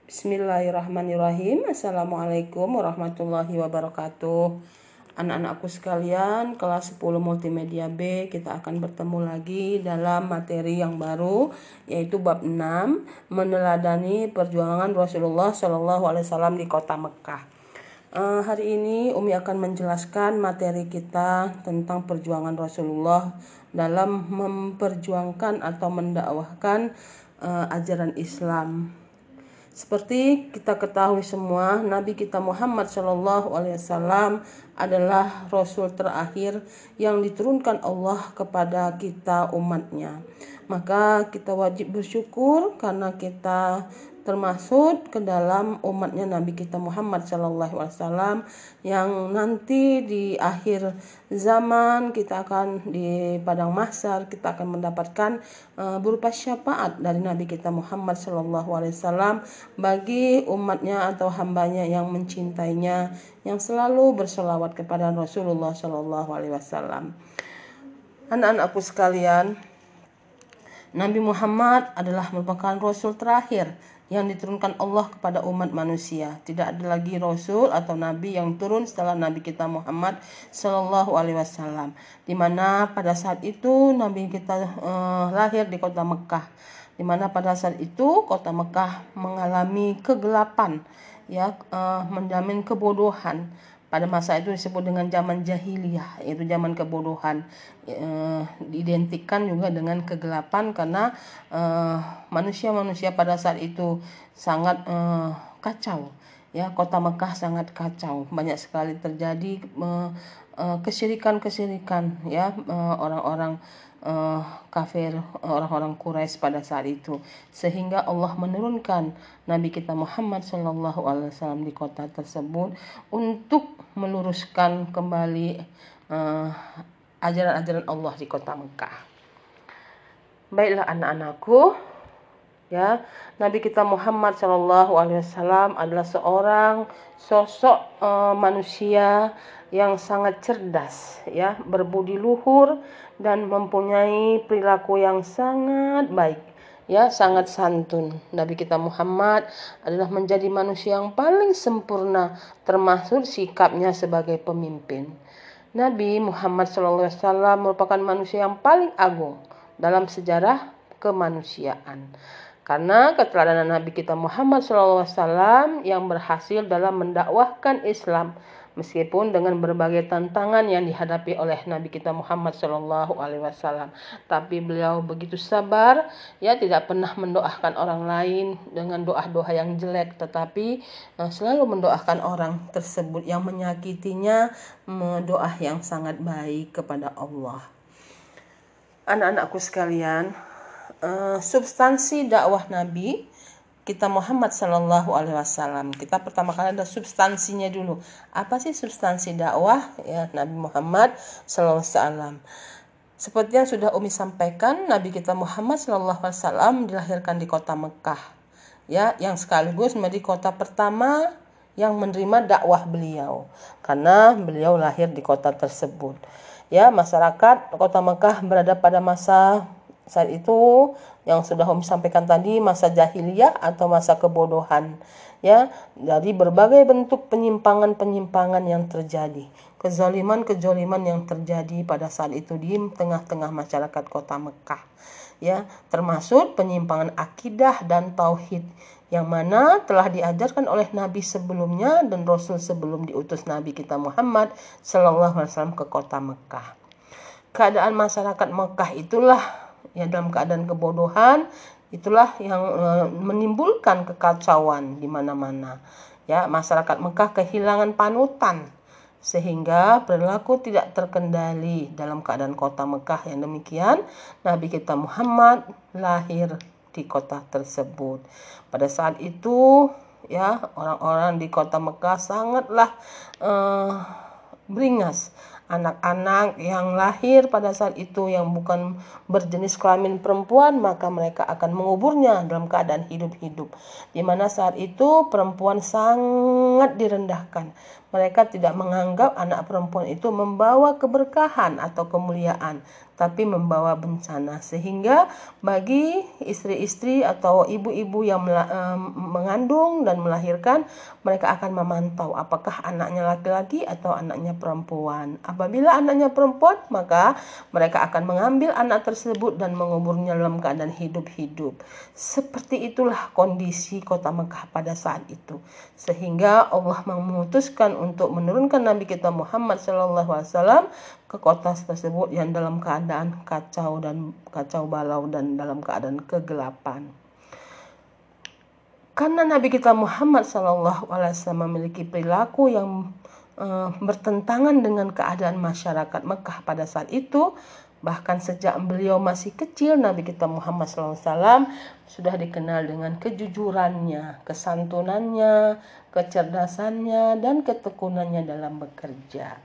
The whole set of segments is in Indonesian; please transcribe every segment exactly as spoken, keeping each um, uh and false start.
Bismillahirrahmanirrahim. Assalamualaikum warahmatullahi wabarakatuh. Anak-anakku sekalian, kelas sepuluh Multimedia B, kita akan bertemu lagi dalam materi yang baru, yaitu bab enam, meneladani perjuangan Rasulullah shallallahu alaihi wasallam di kota Mekah. Uh, hari ini Umi akan menjelaskan materi kita tentang perjuangan Rasulullah dalam memperjuangkan atau mendakwahkan uh, ajaran Islam. Seperti kita ketahui semua, Nabi kita Muhammad shallallahu alaihi wasallam adalah Rasul terakhir yang diturunkan Allah kepada kita umatnya. Maka kita wajib bersyukur karena kita termasuk ke dalam umatnya Nabi kita Muhammad shallallahu alaihi wasallam yang nanti di akhir zaman kita akan di padang mahsyar kita akan mendapatkan uh, berupa syafaat dari Nabi kita Muhammad shallallahu alaihi wasallam bagi umatnya atau hambanya yang mencintainya, yang selalu berselawat kepada Rasulullah shallallahu alaihi wasallam. Anak-anakku sekalian, Nabi Muhammad adalah merupakan Rasul terakhir yang diturunkan Allah kepada umat manusia. Tidak ada lagi Rasul atau Nabi yang turun setelah Nabi kita Muhammad Sallallahu Alaihi Wasallam. Di mana pada saat itu Nabi kita uh, lahir di kota Mekah. Di mana pada saat itu kota Mekah mengalami kegelapan, ya, uh, menjamin kebodohan. Pada masa itu disebut dengan zaman jahiliyah, yaitu zaman kebodohan. E, diidentikan juga dengan kegelapan karena e, manusia-manusia pada saat itu sangat e, kacau. Ya, kota Mekah sangat kacau. Banyak sekali terjadi e, e, kesyirikan-kesyirikan, ya, e, orang-orang Uh, kafir, orang-orang Quraisy pada saat itu, sehingga Allah menurunkan Nabi kita Muhammad Shallallahu Alaihi Wasallam di kota tersebut untuk meluruskan kembali uh, ajaran-ajaran Allah di kota Mekah. Baiklah anak-anakku, ya, Nabi kita Muhammad Shallallahu Alaihi Wasallam adalah seorang sosok uh, manusia yang sangat cerdas, ya, berbudi luhur dan mempunyai perilaku yang sangat baik, ya, sangat santun. Nabi kita Muhammad adalah menjadi manusia yang paling sempurna, termasuk sikapnya sebagai pemimpin. Nabi Muhammad shallallahu alaihi wasallam merupakan manusia yang paling agung dalam sejarah kemanusiaan. Karena keteladanan Nabi kita Muhammad shallallahu alaihi wasallam yang berhasil dalam mendakwahkan Islam, meskipun dengan berbagai tantangan yang dihadapi oleh Nabi kita Muhammad shallallahu alaihi wasallam, tapi beliau begitu sabar, ya, tidak pernah mendoakan orang lain dengan doa-doa yang jelek, tetapi uh, selalu mendoakan orang tersebut yang menyakitinya, doa yang sangat baik kepada Allah. Anak-anakku sekalian, uh, substansi dakwah Nabi kita Muhammad Sallallahu Alaihi Wasallam. Kita pertama kali ada substansinya dulu. Apa sih substansi dakwah, ya, Nabi Muhammad Sallallahu Alaihi Wasallam? Seperti yang sudah Umi sampaikan, Nabi kita Muhammad Sallallahu Alaihi Wasallam dilahirkan di kota Mekah, ya, yang sekaligus menjadi kota pertama yang menerima dakwah beliau, karena beliau lahir di kota tersebut. Ya, masyarakat kota Mekah berada pada masa saat itu yang sudah Umi sampaikan tadi, masa jahiliyah atau masa kebodohan, ya, dari berbagai bentuk penyimpangan-penyimpangan yang terjadi, kezaliman-kezaliman yang terjadi pada saat itu di tengah-tengah masyarakat kota Mekah, ya, termasuk penyimpangan akidah dan tauhid yang mana telah diajarkan oleh Nabi sebelumnya dan Rasul sebelum diutus Nabi kita Muhammad Sallallahu Alaihi Wasallam ke kota Mekah. Keadaan masyarakat Mekah itulah, ya, dalam keadaan kebodohan, itulah yang e, menimbulkan kekacauan di mana-mana. Ya, masyarakat Mekah kehilangan panutan sehingga perilaku tidak terkendali dalam keadaan kota Mekah yang demikian. Nabi kita Muhammad lahir di kota tersebut. Pada saat itu, ya, orang-orang di kota Mekah sangatlah e, beringas anak-anak yang lahir pada saat itu yang bukan berjenis kelamin perempuan, maka mereka akan menguburnya dalam keadaan hidup-hidup. Di mana saat itu perempuan sangat direndahkan. Mereka tidak menganggap anak perempuan itu membawa keberkahan atau kemuliaan, tapi membawa bencana. Sehingga bagi istri-istri atau ibu-ibu yang mengandung dan melahirkan, mereka akan memantau apakah anaknya laki-laki atau anaknya perempuan. Apabila anaknya perempuan, maka mereka akan mengambil anak tersebut dan menguburnya dalam keadaan hidup-hidup. Seperti itulah kondisi kota Mekah pada saat itu. Sehingga Allah memutuskan untuk menurunkan Nabi kita Muhammad shallallahu alaihi wasallam ke kota tersebut yang dalam keadaan kacau dan kacau balau dan dalam keadaan kegelapan. Karena Nabi kita Muhammad shallallahu alaihi wasallam memiliki perilaku yang uh, bertentangan dengan keadaan masyarakat Mekah pada saat itu, bahkan sejak beliau masih kecil, Nabi kita Muhammad shallallahu alaihi wasallam sudah dikenal dengan kejujurannya, kesantunannya, kecerdasannya, dan ketekunannya dalam bekerja.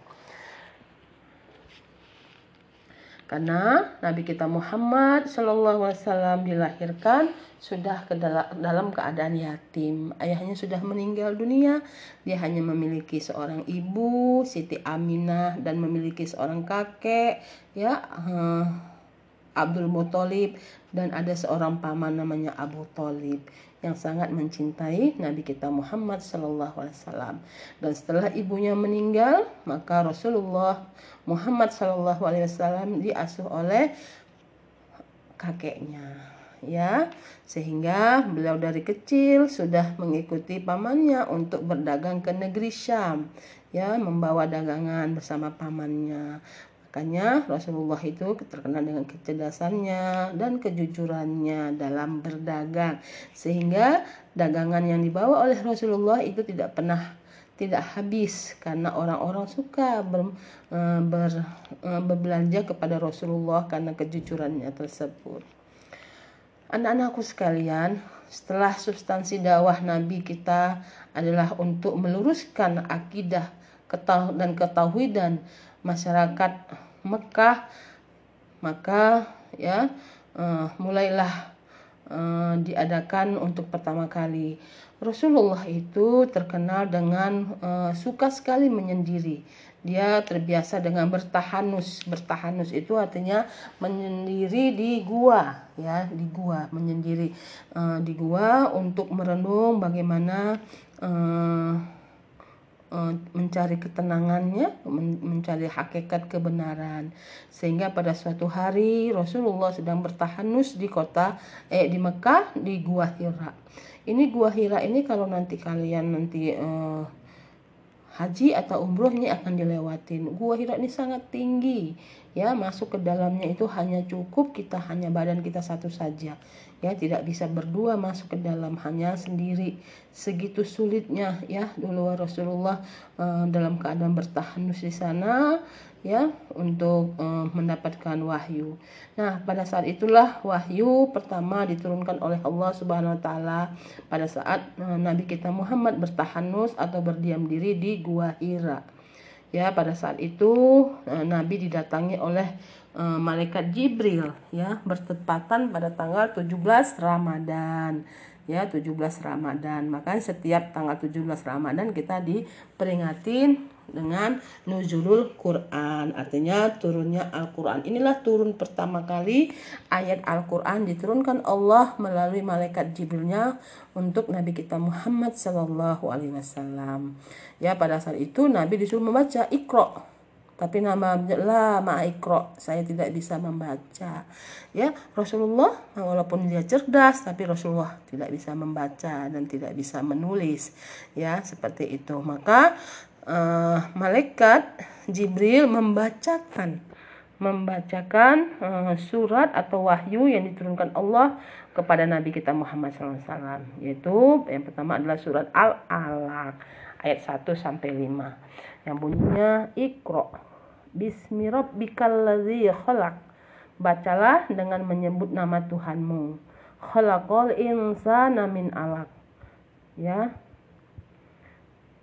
Karena Nabi kita Muhammad shallallahu alaihi wasallam dilahirkan sudah ke dalam keadaan yatim. Ayahnya sudah meninggal dunia. Dia hanya memiliki seorang ibu, Siti Aminah, dan memiliki seorang kakek, ya, uh, Abdul Muthalib, dan ada seorang paman namanya Abu Thalib yang sangat mencintai Nabi kita Muhammad shallallahu alaihi wasallam. Dan setelah ibunya meninggal, maka Rasulullah Muhammad shallallahu alaihi wasallam diasuh oleh kakeknya, ya, sehingga beliau dari kecil sudah mengikuti pamannya untuk berdagang ke negeri Syam, ya, membawa dagangan bersama pamannya. Makanya Rasulullah itu terkenal dengan kecerdasannya dan kejujurannya dalam berdagang, sehingga dagangan yang dibawa oleh Rasulullah itu tidak pernah tidak habis karena orang-orang suka ber, ber, berbelanja kepada Rasulullah karena kejujurannya tersebut. Anak-anakku sekalian, setelah substansi dakwah Nabi kita adalah untuk meluruskan akidah dan ketauhidan masyarakat Mekah, maka ya uh, mulailah uh, diadakan untuk pertama kali. Rasulullah itu terkenal dengan uh, suka sekali menyendiri. Dia terbiasa dengan bertahanus. Bertahanus itu artinya menyendiri di gua, ya, di gua, menyendiri uh, di gua untuk merenung bagaimana uh, mencari ketenangannya, mencari hakikat kebenaran. Sehingga pada suatu hari Rasulullah sedang bertahanus di kota eh di Mekah, di Gua Hira. Ini Gua Hira ini kalau nanti kalian nanti eh, haji atau umroh ini akan dilewatin. Gua Hira ini sangat tinggi, ya, masuk ke dalamnya itu hanya cukup kita hanya badan kita satu saja, ya, tidak bisa berdua masuk ke dalam, hanya sendiri. Segitu sulitnya, ya, dulu Rasulullah uh, dalam keadaan bertahanus di sana, ya, untuk uh, mendapatkan wahyu. Nah, pada saat itulah wahyu pertama diturunkan oleh Allah Subhanahu wa taala pada saat uh, Nabi kita Muhammad bertahanus atau berdiam diri di Gua Hira. Ya, pada saat itu uh, Nabi didatangi oleh uh, malaikat Jibril, ya, bertepatan pada tanggal tujuh belas Ramadan. Ya, tujuh belas Ramadan. Maka setiap tanggal tujuh belas Ramadan kita diperingatin dengan nuzulul Quran, artinya turunnya Al-Quran. Inilah turun pertama kali ayat Al-Quran diturunkan Allah melalui malaikat Jibrilnya untuk Nabi kita Muhammad shallallahu alaihi wasallam. Ya, pada saat itu Nabi disuruh membaca Iqra. Tapi nama la ma'ikro, saya tidak bisa membaca. Ya, Rasulullah walaupun dia cerdas, tapi Rasulullah tidak bisa membaca dan tidak bisa menulis. Ya, seperti itu. Maka uh, malaikat Jibril membacakan membacakan uh, surat atau wahyu yang diturunkan Allah kepada Nabi kita Muhammad shallallahu alaihi wasallam, yaitu yang pertama adalah surat Al-Alaq ayat satu sampai lima yang bunyinya Iqra bismi rabbikal ladzi khalaq. Bacalah dengan menyebut nama Tuhanmu. Khalaqal insana min alaq. Ya.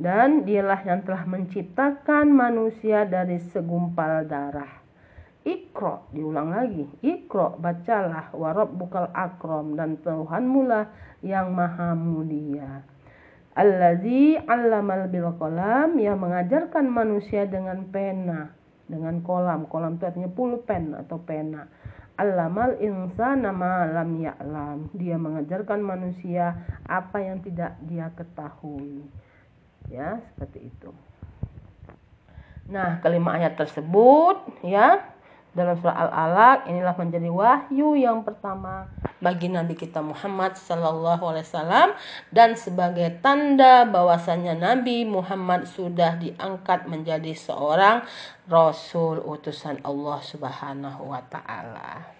dan dialah yang telah menciptakan manusia dari segumpal darah. Iqra, diulang lagi, Iqra, bacalah, wa rabbukal akram, dan Tuhanmu lah yang maha mulia. Allazi 'allamal bil qalam, yang mengajarkan manusia dengan pena, dengan kolam. Kolam itu artinya pulpen atau pena. 'Allamal insana ma lam ya'lam, dia mengajarkan manusia apa yang tidak dia ketahui. Ya, seperti itu. Nah, kelima ayat tersebut ya dalam surah Al-Alaq inilah menjadi wahyu yang pertama bagi Nabi kita Muhammad sallallahu alaihi wasallam, dan sebagai tanda bahwasanya Nabi Muhammad sudah diangkat menjadi seorang rasul utusan Allah Subhanahu wa taala.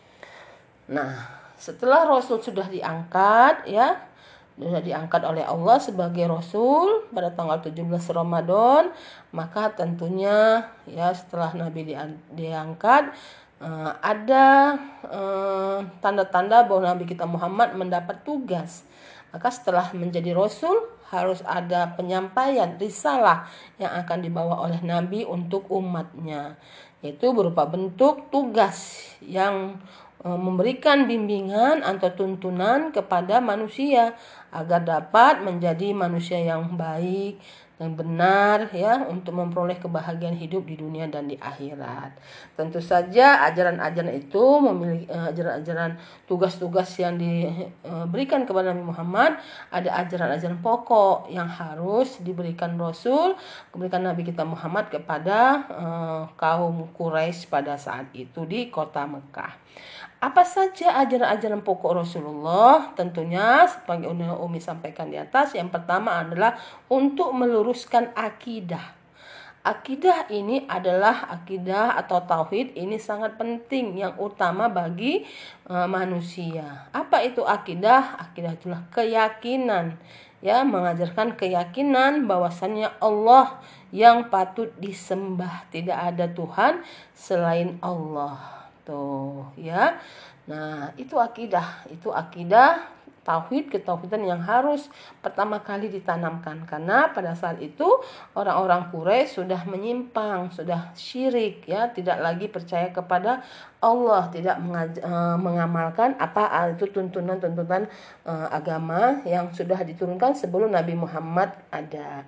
Nah, setelah rasul sudah diangkat ya sudah diangkat oleh Allah sebagai rasul pada tanggal tujuh belas Ramadan, maka tentunya ya setelah Nabi diangkat uh, ada uh, tanda-tanda bahwa Nabi kita Muhammad mendapat tugas. Maka setelah menjadi rasul harus ada penyampaian risalah yang akan dibawa oleh Nabi untuk umatnya, yaitu berupa bentuk tugas yang memberikan bimbingan atau tuntunan kepada manusia agar dapat menjadi manusia yang baik dan benar ya untuk memperoleh kebahagiaan hidup di dunia dan di akhirat. Tentu saja ajaran-ajaran itu memiliki ajaran-ajaran tugas-tugas yang diberikan kepada Nabi Muhammad, ada ajaran-ajaran pokok yang harus diberikan Rasul, diberikan Nabi kita Muhammad kepada uh, kaum Quraisy pada saat itu di kota Mekah. Apa saja ajaran-ajaran pokok Rasulullah? Tentunya sebagai Umi sampaikan di atas, yang pertama adalah untuk meluruskan akidah. Akidah ini adalah akidah atau tauhid, ini sangat penting yang utama bagi uh, manusia. Apa itu akidah? Akidah itulah keyakinan, ya, mengajarkan keyakinan bahwasannya Allah yang patut disembah, tidak ada Tuhan selain Allah. Tuh, ya. Nah, itu akidah, itu akidah tauhid, ketauhidan yang harus pertama kali ditanamkan, karena pada saat itu orang-orang Quraisy sudah menyimpang, sudah syirik ya, tidak lagi percaya kepada Allah, tidak mengaj- uh, mengamalkan apa itu tuntunan-tuntunan uh, agama yang sudah diturunkan sebelum Nabi Muhammad ada.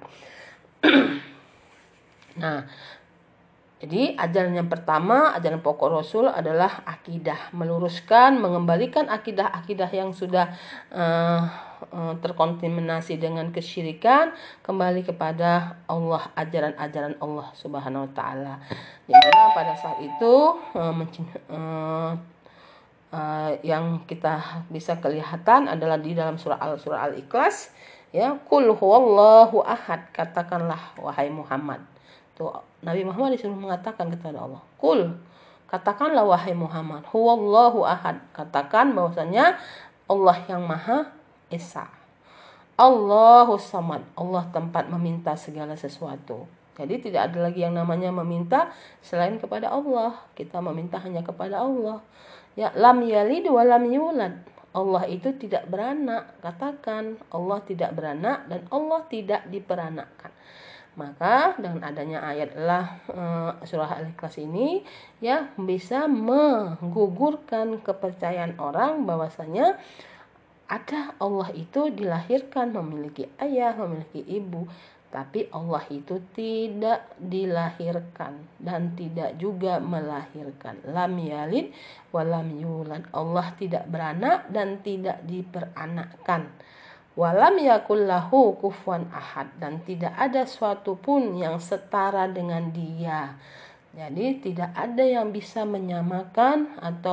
Nah, jadi ajaran yang pertama, ajaran pokok Rasul adalah akidah, meluruskan, mengembalikan akidah-akidah yang sudah uh, uh, terkontaminasi dengan kesyirikan kembali kepada Allah, ajaran-ajaran Allah Subhanahu wa taala. Dimana pada saat itu uh, uh, uh, yang kita bisa kelihatan adalah di dalam surah Al surah Al-Ikhlas, ya, qul huwallahu ahad, katakanlah wahai Muhammad. Nabi Muhammad disuruh mengatakan kepada Allah, Qul, katakanlah wahai Muhammad, huwallahu ahad, katakan bahwasanya Allah yang Maha Esa, Allahu samad, Allah tempat meminta segala sesuatu. Jadi tidak ada lagi yang namanya meminta selain kepada Allah. Kita meminta hanya kepada Allah. Ya, lam yalid wa lam yulad, Allah itu tidak beranak, katakan Allah tidak beranak dan Allah tidak diperanakkan. Maka dengan adanya ayat Allah uh, surah Al-Ikhlas ini ya bisa menggugurkan kepercayaan orang bahwasanya ada Allah itu dilahirkan, memiliki ayah, memiliki ibu, tapi Allah itu tidak dilahirkan dan tidak juga melahirkan. Lam yalid wa lam yulad, Allah tidak beranak dan tidak diperanakkan. Walam yakul lahu kufuwan ahad, dan tidak ada suatu pun yang setara dengan dia. Jadi tidak ada yang bisa menyamakan atau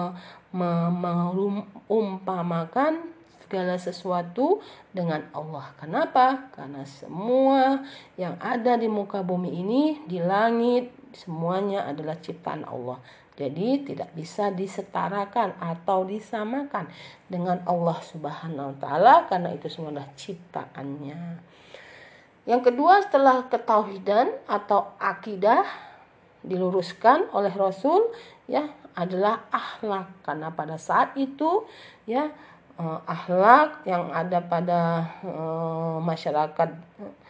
mengumpamakan segala sesuatu dengan Allah. Kenapa? Karena semua yang ada di muka bumi ini, di langit, semuanya adalah ciptaan Allah. Jadi tidak bisa disetarakan atau disamakan dengan Allah Subhanahu wa taala, karena itu semua adalah ciptaannya. Yang kedua, setelah ketauhidan atau akidah diluruskan oleh Rasul ya adalah akhlak, karena pada saat itu ya akhlak yang ada pada uh, masyarakat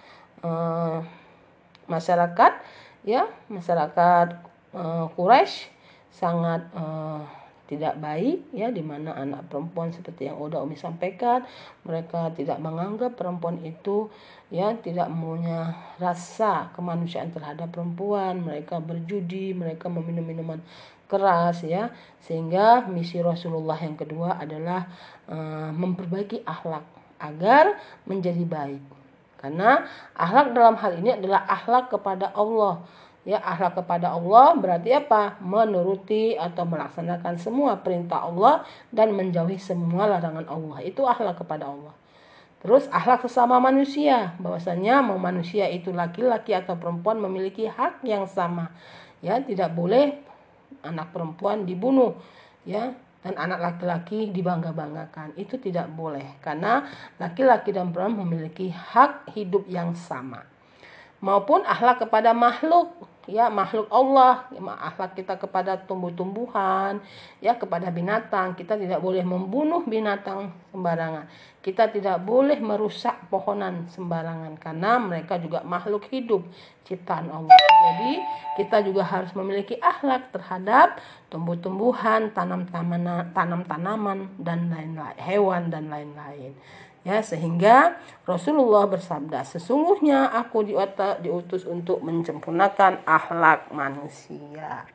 uh, masyarakat ya masyarakat uh, Quraisy sangat uh, tidak baik ya, di mana anak perempuan seperti yang udah Umi sampaikan, mereka tidak menganggap perempuan itu ya tidak punya rasa kemanusiaan terhadap perempuan, mereka berjudi, mereka meminum minuman keras ya, sehingga misi Rasulullah yang kedua adalah uh, memperbaiki akhlak agar menjadi baik. Karena akhlak dalam hal ini adalah akhlak kepada Allah. Ya, akhlak kepada Allah berarti apa? Menuruti atau melaksanakan semua perintah Allah dan menjauhi semua larangan Allah. Itu akhlak kepada Allah. Terus akhlak sesama manusia, bahwasanya mau manusia itu laki-laki atau perempuan memiliki hak yang sama. Ya, tidak boleh anak perempuan dibunuh, ya, dan anak laki-laki dibangga-banggakan. Itu tidak boleh, karena laki-laki dan perempuan memiliki hak hidup yang sama. Maupun akhlak kepada makhluk, ya, makhluk Allah, ya, akhlak kita kepada tumbuh-tumbuhan, ya, kepada binatang. Kita tidak boleh membunuh binatang sembarangan. Kita tidak boleh merusak pohonan sembarangan, karena mereka juga makhluk hidup ciptaan Allah. Jadi kita juga harus memiliki akhlak terhadap tumbuh-tumbuhan, tanam-tanaman, tanam-tanaman dan lain-lain, hewan dan lain-lain. Ya, sehingga Rasulullah bersabda, sesungguhnya aku diutus untuk menyempurnakan akhlak manusia.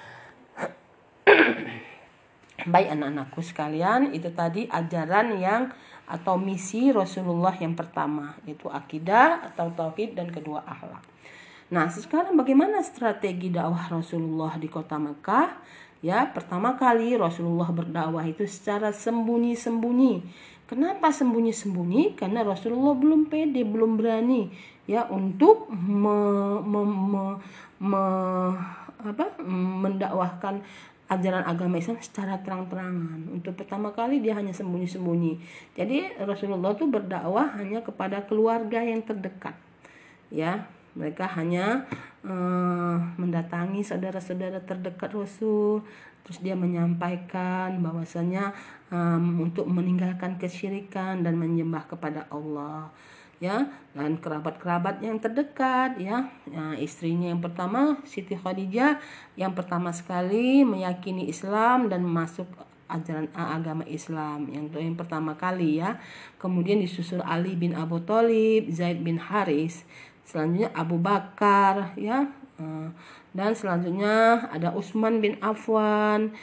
Baik anak-anakku sekalian, itu tadi ajaran yang atau misi Rasulullah yang pertama, yaitu akidah atau tauhid, dan kedua akhlak. Nah, sekarang bagaimana strategi dakwah Rasulullah di kota Mekah? Ya, pertama kali Rasulullah berdakwah itu secara sembunyi-sembunyi. Kenapa sembunyi-sembunyi? Karena Rasulullah belum pede, belum berani ya untuk me, me, me, me, apa, mendakwahkan ajaran agama Islam secara terang-terangan. Untuk pertama kali dia hanya sembunyi-sembunyi. Jadi Rasulullah itu berdakwah hanya kepada keluarga yang terdekat. Ya, mereka hanya uh, mendatangi saudara-saudara terdekat Rasul. Terus dia menyampaikan bahwasanya um, untuk meninggalkan kesyirikan dan menyembah kepada Allah, ya, dan kerabat-kerabat yang terdekat, ya. Ya, istrinya yang pertama Siti Khadijah yang pertama sekali meyakini Islam dan masuk ajaran agama Islam yang yang pertama kali, ya. Kemudian disusul Ali bin Abu Thalib, Zaid bin Haris, selanjutnya Abu Bakar, ya. Dan selanjutnya ada Utsman bin Affan,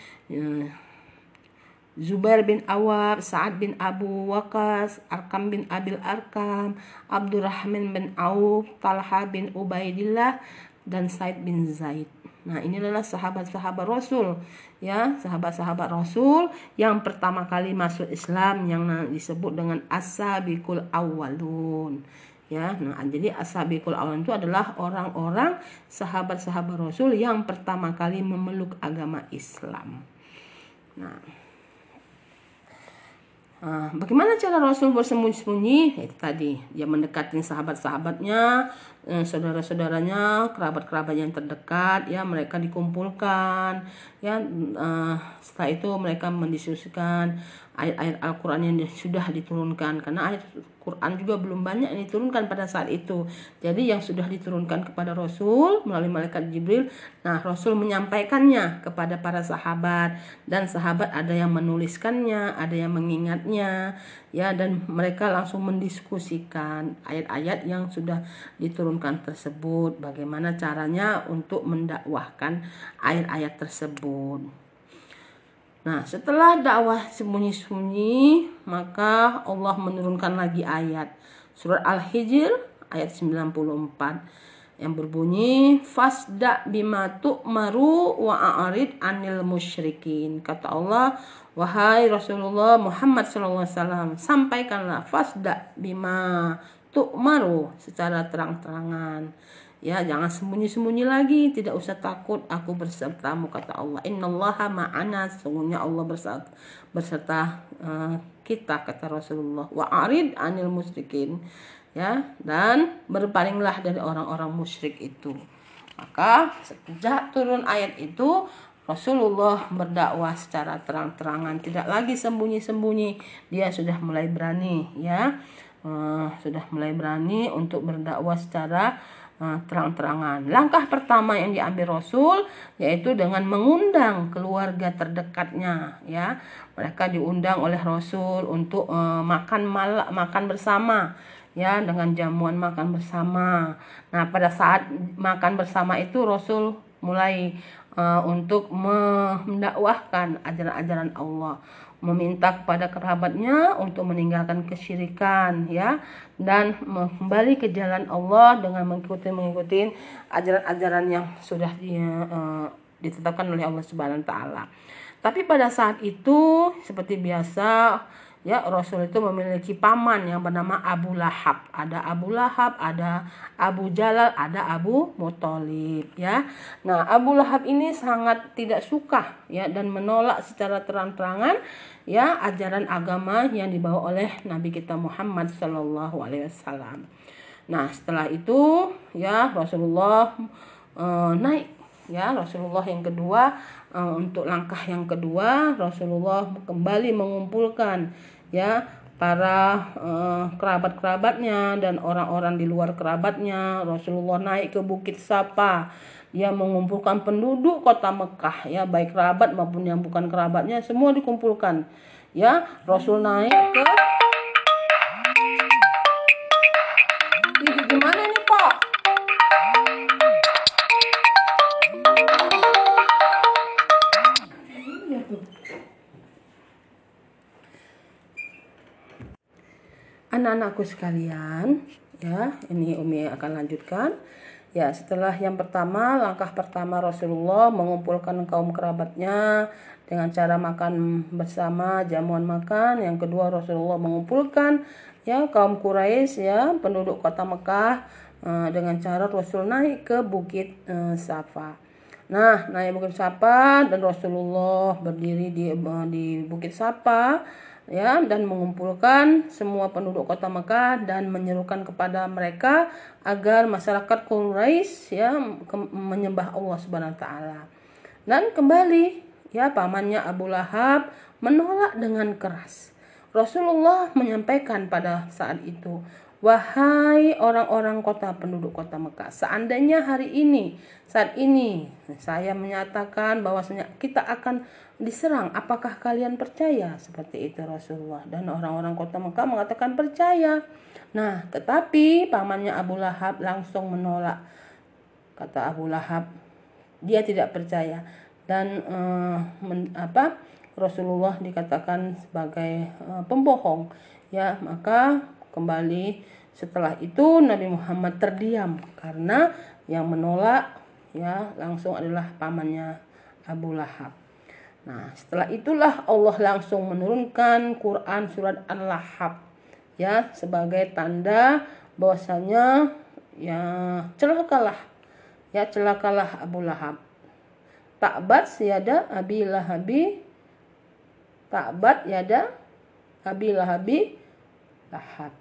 Zubair bin Awab, Sa'ad bin Abu Waqqas, Arkam bin Abil Arkam, Abdurrahman bin Auf, Talha bin Ubaidillah, dan Said bin Zaid. Nah, ini adalah sahabat-sahabat Rasul, ya, sahabat-sahabat Rasul yang pertama kali masuk Islam, yang disebut dengan as-sabiqul awwalun. Ya, nah jadi as-sabiqul awwalun itu adalah orang-orang sahabat-sahabat Rasul yang pertama kali memeluk agama Islam. Nah, Nah, bagaimana cara Rasul bersembunyi-sembunyi? Itu tadi, dia mendekatin sahabat-sahabatnya, saudara-saudaranya, kerabat-kerabat yang terdekat, ya, mereka dikumpulkan, ya. Uh, setelah itu mereka mendiskusikan ayat-ayat Al-Quran yang sudah diturunkan, karena ayat Quran juga belum banyak yang diturunkan pada saat itu. Jadi yang sudah diturunkan kepada Rasul melalui malaikat Jibril, nah Rasul menyampaikannya kepada para sahabat, dan sahabat ada yang menuliskannya, ada yang mengingatnya, ya, dan mereka langsung mendiskusikan ayat-ayat yang sudah diturunkan tersebut, bagaimana caranya untuk mendakwahkan ayat-ayat tersebut. Nah, setelah dakwah sembunyi-sembunyi, maka Allah menurunkan lagi ayat surat Al-Hijr ayat sembilan puluh empat yang berbunyi fasda bima tu'maru wa a'rid anil musyrikin. Kata Allah, wahai Rasulullah Muhammad shallallahu alaihi wasallam, sampaikanlah fasda bima tu'maru secara terang-terangan. Ya, jangan sembunyi-sembunyi lagi, tidak usah takut, aku bersertamu, kata Allah. Innallaha ma'ana, sesungguhnya Allah berserta, berserta uh, kita, kata Rasulullah. Wa arid anil musyrikin, ya, dan berpalinglah dari orang-orang musyrik itu. Maka sejak turun ayat itu, Rasulullah berdakwah secara terang-terangan, tidak lagi sembunyi-sembunyi, dia sudah mulai berani, ya. uh, sudah mulai berani untuk berdakwah secara uh, terang-terangan. Langkah pertama yang diambil Rasul yaitu dengan mengundang keluarga terdekatnya, ya. Mereka diundang oleh Rasul untuk uh, makan mal makan bersama, ya, dengan jamuan makan bersama. Nah, pada saat makan bersama itu Rasul mulai uh, untuk mendakwahkan ajaran-ajaran Allah, meminta kepada kerabatnya untuk meninggalkan kesyirikan, ya, dan kembali ke jalan Allah dengan mengikuti mengikuti ajaran-ajaran yang sudah di, uh, ditetapkan oleh Allah Subhanahu wa taala. Tapi pada saat itu seperti biasa, ya, Rasul itu memiliki paman yang bernama Abu Lahab. Ada Abu Lahab, ada Abu Jalal, ada Abu Muthalib, ya. Nah, Abu Lahab ini sangat tidak suka, ya, dan menolak secara terang-terangan, ya, ajaran agama yang dibawa oleh Nabi kita Muhammad Shallallahu Alaihi Wasallam. Nah, setelah itu, ya, Rasulullah uh, naik, ya, Rasulullah yang kedua, uh, untuk langkah yang kedua Rasulullah kembali mengumpulkan, ya, para uh, kerabat-kerabatnya dan orang-orang di luar kerabatnya. Rasulullah naik ke Bukit Safa, dia mengumpulkan penduduk kota Mekah, ya, baik kerabat maupun yang bukan kerabatnya, semua dikumpulkan, ya. Rasul naik ke Ih, gimana nih, Pak? Anak-anakku sekalian, ya, ini Umi akan lanjutkan. Ya, setelah yang pertama, langkah pertama Rasulullah mengumpulkan kaum kerabatnya dengan cara makan bersama, jamuan makan. Yang kedua, Rasulullah mengumpulkan, ya, kaum Quraisy, ya, penduduk kota Mekah, uh, dengan cara Rasul naik ke Bukit uh, Safa. Nah, naik Bukit Safa dan Rasulullah berdiri di uh, di Bukit Safa, ya, dan mengumpulkan semua penduduk kota Mekah dan menyerukan kepada mereka agar masyarakat Quraisy, ya, menyembah Allah Subhanahu wa taala. Dan kembali, ya, pamannya Abu Lahab menolak dengan keras. Rasulullah menyampaikan pada saat itu, "Wahai orang-orang kota penduduk kota Mekah, seandainya hari ini, saat ini saya menyatakan bahwasanya kita akan diserang, apakah kalian percaya?" Seperti itu Rasulullah. Dan orang-orang kota Mekah mengatakan percaya. Nah, tetapi pamannya Abu Lahab langsung menolak. Kata Abu Lahab, dia tidak percaya. Dan eh, men, apa Rasulullah dikatakan sebagai eh, pembohong, ya. Maka kembali setelah itu Nabi Muhammad terdiam karena yang menolak, ya, langsung adalah pamannya Abu Lahab. Nah, setelah itulah Allah langsung menurunkan Quran surat Al-Lahab, ya, sebagai tanda bahwasanya, ya, celakalah, ya, celakalah Abu Lahab. Ta'bat yada Abi Lahabi, ta'bat yada Abi Lahabi Lahab.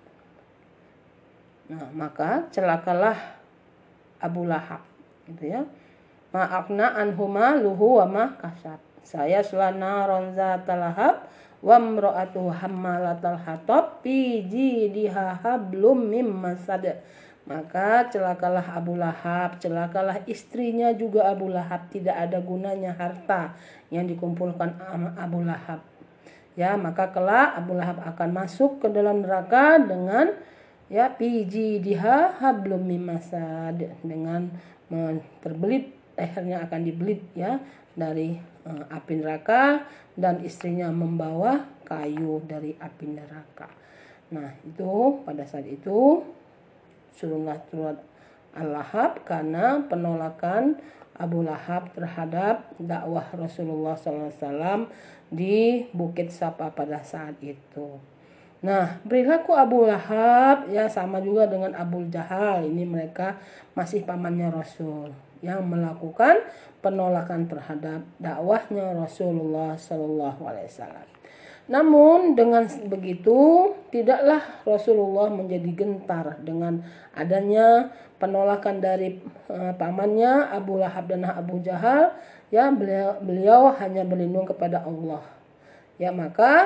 Nah, maka celakalah Abu Lahab, gitu, ya. Ma'akna anhuma luhu wa ma kasab. Saya selana ronza talahab wa mro'atu hammalatal hatab fi jidiha hablum mim masad. Maka celakalah Abu Lahab, celakalah istrinya juga Abu Lahab. Tidak ada gunanya harta yang dikumpulkan Abu Lahab, ya. Maka kelak Abu Lahab akan masuk ke dalam neraka dengan, ya, fi jidiha hablum mim masad, dengan terbelit, lehernya akan dibelit, ya, dari uh, api neraka, dan istrinya membawa kayu dari api neraka. Nah, itu pada saat itu surunlah surat Al-Lahab karena penolakan Abu Lahab terhadap dakwah Rasulullah shallallahu alaihi wasallam di Bukit Safa pada saat itu. Nah, perilaku Abu Lahab, ya, sama juga dengan Abu Jahal. Ini mereka masih pamannya Rasul yang melakukan penolakan terhadap dakwahnya Rasulullah shallallahu alaihi wasallam. Namun dengan begitu tidaklah Rasulullah menjadi gentar dengan adanya penolakan dari uh, pamannya Abu Lahab dan Abu Jahal, ya. Beliau, beliau hanya berlindung kepada Allah, ya. Maka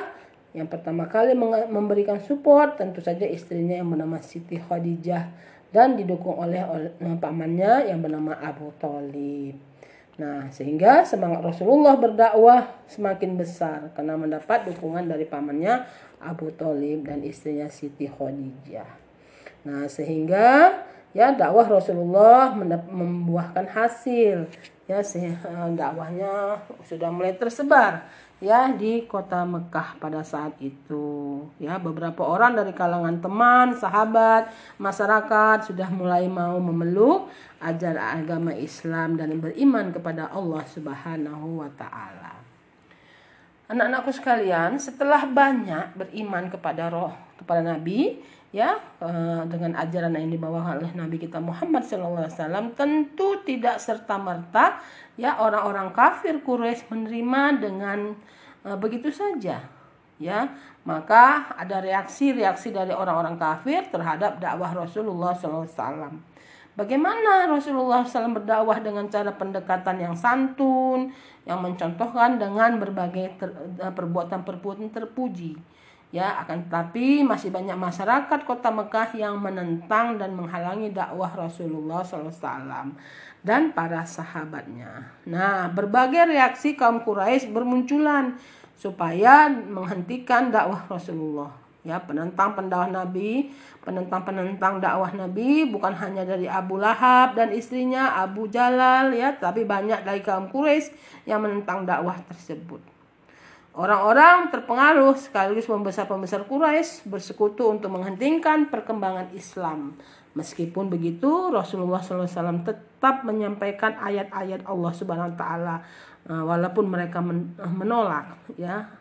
Yang pertama kali memberikan support tentu saja istrinya yang bernama Siti Khadijah dan didukung oleh, oleh pamannya yang bernama Abu Thalib. Nah, sehingga semangat Rasulullah berdakwah semakin besar karena mendapat dukungan dari pamannya Abu Thalib dan istrinya Siti Khadijah. Nah, sehingga ya dakwah Rasulullah membuahkan hasil. Ya, dakwahnya sudah mulai tersebar ya di kota Mekah pada saat itu. Ya, beberapa orang dari kalangan teman, sahabat, masyarakat sudah mulai mau memeluk ajaran agama Islam dan beriman kepada Allah Subhanahu wa taala. Anak-anakku sekalian, setelah banyak beriman kepada roh kepada Nabi, ya dengan ajaran yang dibawa oleh Nabi kita Muhammad shallallahu alaihi wasallam, tentu tidak serta merta ya orang-orang kafir Quraisy menerima dengan uh, begitu saja. Ya, maka ada reaksi-reaksi dari orang-orang kafir terhadap dakwah Rasulullah shallallahu alaihi wasallam. Bagaimana Rasulullah shallallahu alaihi wasallam berdakwah dengan cara pendekatan yang santun, yang mencontohkan dengan berbagai ter, perbuatan-perbuatan terpuji. Ya, akan tetapi masih banyak masyarakat kota Mekah yang menentang dan menghalangi dakwah Rasulullah shallallahu alaihi wasallam dan para sahabatnya. Nah, berbagai reaksi kaum Quraisy bermunculan supaya menghentikan dakwah Rasulullah. Ya, penentang pendakwah Nabi, penentang-penentang dakwah Nabi bukan hanya dari Abu Lahab dan istrinya Abu Jalal ya, tapi banyak dari kaum Quraisy yang menentang dakwah tersebut. Orang-orang terpengaruh sekaligus pembesar-pembesar Quraisy bersekutu untuk menghentikan perkembangan Islam. Meskipun begitu, Rasulullah shallallahu alaihi wasallam tetap menyampaikan ayat-ayat Allah Subhanahu wa taala walaupun mereka menolak ya.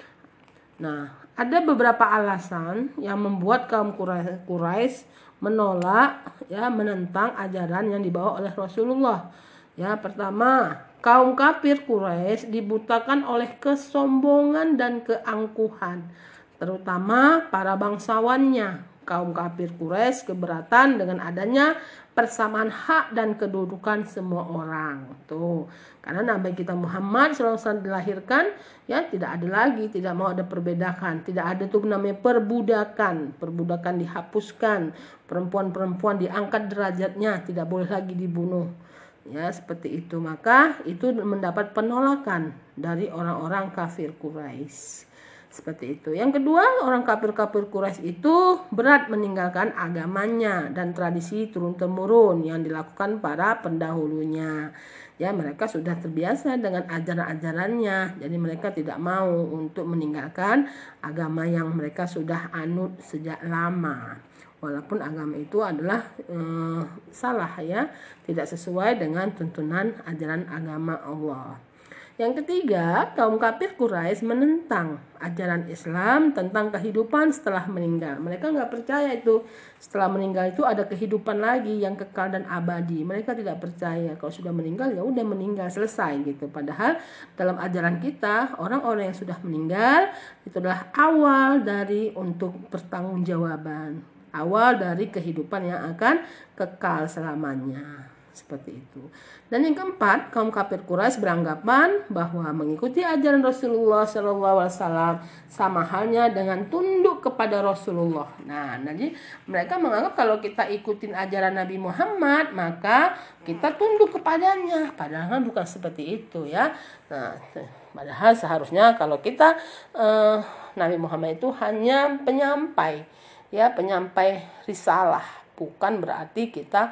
Nah, ada beberapa alasan yang membuat kaum Quraisy menolak ya menentang ajaran yang dibawa oleh Rasulullah. Ya, pertama, kaum kafir Quraisy dibutakan oleh kesombongan dan keangkuhan, terutama para bangsawannya. Kaum kafir Quraisy keberatan dengan adanya persamaan hak dan kedudukan semua orang. Tuh, karena Nabi kita Muhammad shallallahu alaihi wasallam dilahirkan, ya tidak ada lagi, tidak mau ada perbedaan, tidak ada tuh namanya perbudakan. Perbudakan dihapuskan, perempuan-perempuan diangkat derajatnya, tidak boleh lagi dibunuh. Ya, seperti itu. Maka itu mendapat penolakan dari orang-orang kafir Quraisy. Seperti itu. Yang kedua, orang kafir-kafir Quraisy itu berat meninggalkan agamanya dan tradisi turun-temurun yang dilakukan para pendahulunya. Ya, mereka sudah terbiasa dengan ajaran-ajarannya. Jadi mereka tidak mau untuk meninggalkan agama yang mereka sudah anut sejak lama. Walaupun agama itu adalah eh, salah ya, tidak sesuai dengan tuntunan ajaran agama Allah. Yang ketiga, kaum kafir Quraisy menentang ajaran Islam tentang kehidupan setelah meninggal. Mereka nggak percaya itu setelah meninggal itu ada kehidupan lagi yang kekal dan abadi. Mereka tidak percaya kalau sudah meninggal ya udah meninggal selesai gitu. Padahal dalam ajaran kita orang-orang yang sudah meninggal itu adalah awal dari untuk pertanggungjawaban, awal dari kehidupan yang akan kekal selamanya. Seperti itu. Dan yang keempat, kaum kafir Quraisy beranggapan bahwa mengikuti ajaran Rasulullah shallallahu alaihi wasallam sama halnya dengan tunduk kepada Rasulullah. Nah, jadi mereka menganggap kalau kita ikutin ajaran Nabi Muhammad maka kita tunduk kepadanya. Padahal bukan seperti itu ya. Nah, padahal seharusnya kalau kita eh, Nabi Muhammad itu hanya penyampai, ya penyampai risalah, bukan berarti kita